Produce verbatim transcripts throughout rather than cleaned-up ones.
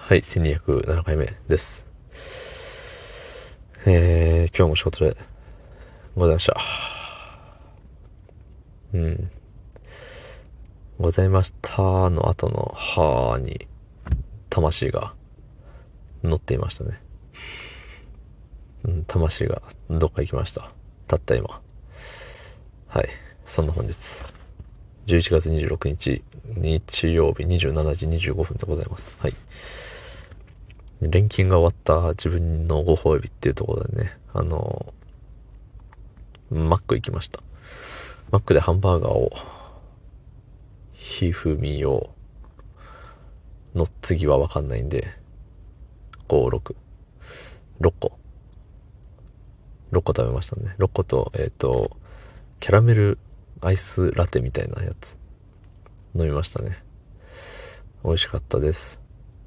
はい、せんにひゃくななかいめです。えー、今日も仕事でございました。うん。ございましたの後のはーに魂が乗っていましたね。うん、魂がどっか行きました。たった今。はい、そんな本日。じゅういちがつにじゅうろくにち、日曜日にじゅうしちじにじゅうごふんでございます。はい。連勤が終わった自分のご褒美っていうところでね、あの、マック行きました。マックでハンバーガーを、ひふみよの次はわかんないんで、ご、ろく、ろっこ。ろっこ食べましたね。ろっこと、えっと、キャラメルアイスラテみたいなやつ、飲みましたね。美味しかったです。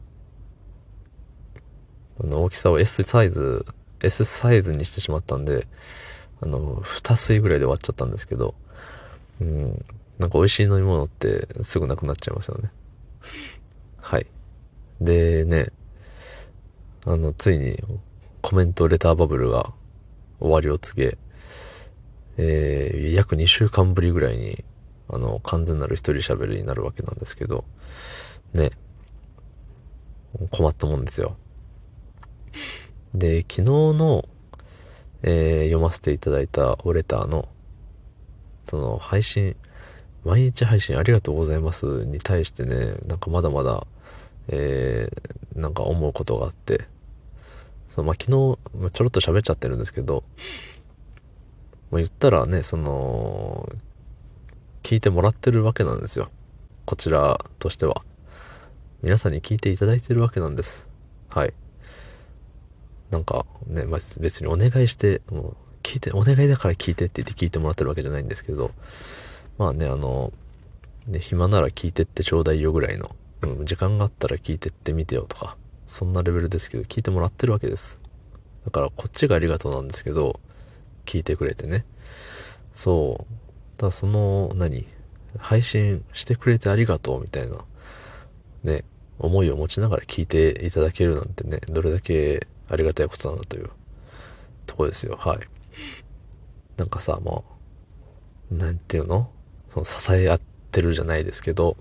あの、大きさを S サイズ、S サイズにしてしまったんで、あの、に吸いぐらいで終わっちゃったんですけど、うん、なんか美味しい飲み物ってすぐなくなっちゃいますよね。はい。でね、あの、ついにコメントレターバブルが終わりを告げ、えー、約にしゅうかんぶりぐらいに、あの、完全なる一人喋りになるわけなんですけど、ね、困ったもんですよ。で、昨日の、えー、読ませていただいたおレターの、その配信、毎日配信ありがとうございますに対してね、なんかまだまだ、えー、なんか思うことがあって、そのまあ、昨日ちょろっと喋っちゃってるんですけど、まあ、言ったらね、その聞いてもらってるわけなんですよ、こちらとしては。皆さんに聞いていただいてるわけなんです。はい。なんかね、まあ、別にお願いしてもう聞いて、お願いだから聞いてって言って聞いてもらってるわけじゃないんですけど、まあね、あのね、暇なら聞いてってちょうだいよぐらいの、うん、時間があったら聞いてってみてよとか、そんなレベルですけど、聞いてもらってるわけです。だからこっちがありがとうなんですけど、聞いてくれてね。そう。ただその、何配信してくれてありがとうみたいな、ね、思いを持ちながら聞いていただけるなんてね、どれだけありがたいことなんだというところですよ。はい。なんかさ、まあ、なんていうのその支え合ってるじゃないですけど、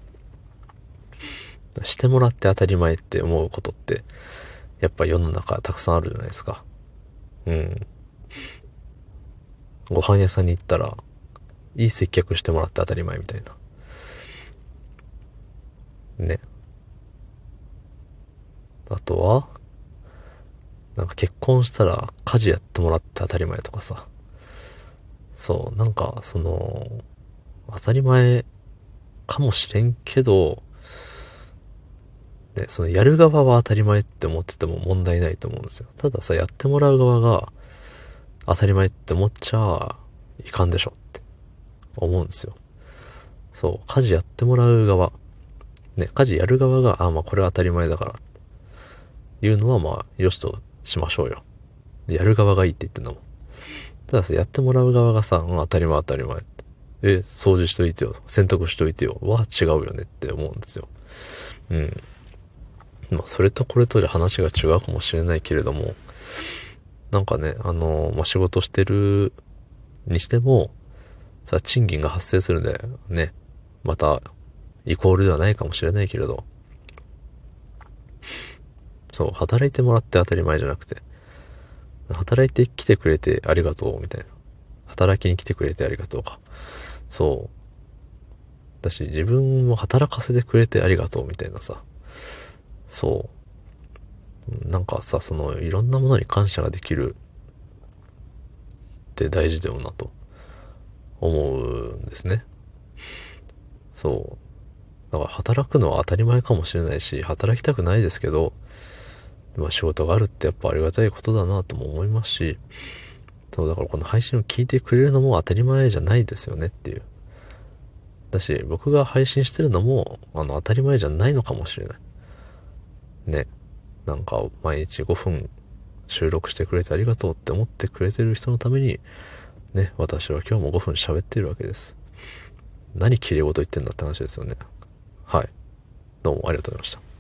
してもらって当たり前って思うことって、やっぱ世の中たくさんあるじゃないですか。うん。ご飯屋さんに行ったら、いい接客してもらって当たり前みたいな。ね。あとは、なんか結婚したら家事やってもらって当たり前とかさ。そう、なんか、その、当たり前かもしれんけど、ね、そのやる側は当たり前って思ってても問題ないと思うんですよ。たださ、やってもらう側が当たり前って思っちゃいかんでしょって思うんですよ。そう、家事やってもらう側、ね、家事やる側が、あ、まあこれは当たり前だからっていうのはまあ、よしとしましょうよ。やる側がいいって言ってんだもん。たださ、やってもらう側がさ、うん、当たり前当たり前。え、掃除しといてよ、洗濯しといてよ、は違うよねって思うんですよ。うん。まあ、それとこれとで話が違うかもしれないけれども、なんかね、あのー、まあ、仕事してるにしても、さ、賃金が発生するんで、ね、また、イコールではないかもしれないけれど、そう、働いてもらって当たり前じゃなくて、働いてきてくれてありがとう、みたいな。働きに来てくれてありがとうか。そう。だし、自分も働かせてくれてありがとう、みたいなさ。そう。なんかさ、その、いろんなものに感謝ができるって大事だよな、と思うんですね。そう。だから働くのは当たり前かもしれないし、働きたくないですけど、まあ仕事があるってやっぱありがたいことだなとも思いますし、そう、だからこの配信を聞いてくれるのも当たり前じゃないですよねっていう。だし、僕が配信してるのも、あの、当たり前じゃないのかもしれない。ね。なんか、毎日ごふん収録してくれてありがとうって思ってくれてる人のために、ね、私は今日もごふん喋っているわけです。何綺麗事言ってんだって話ですよね。はい。どうもありがとうございました。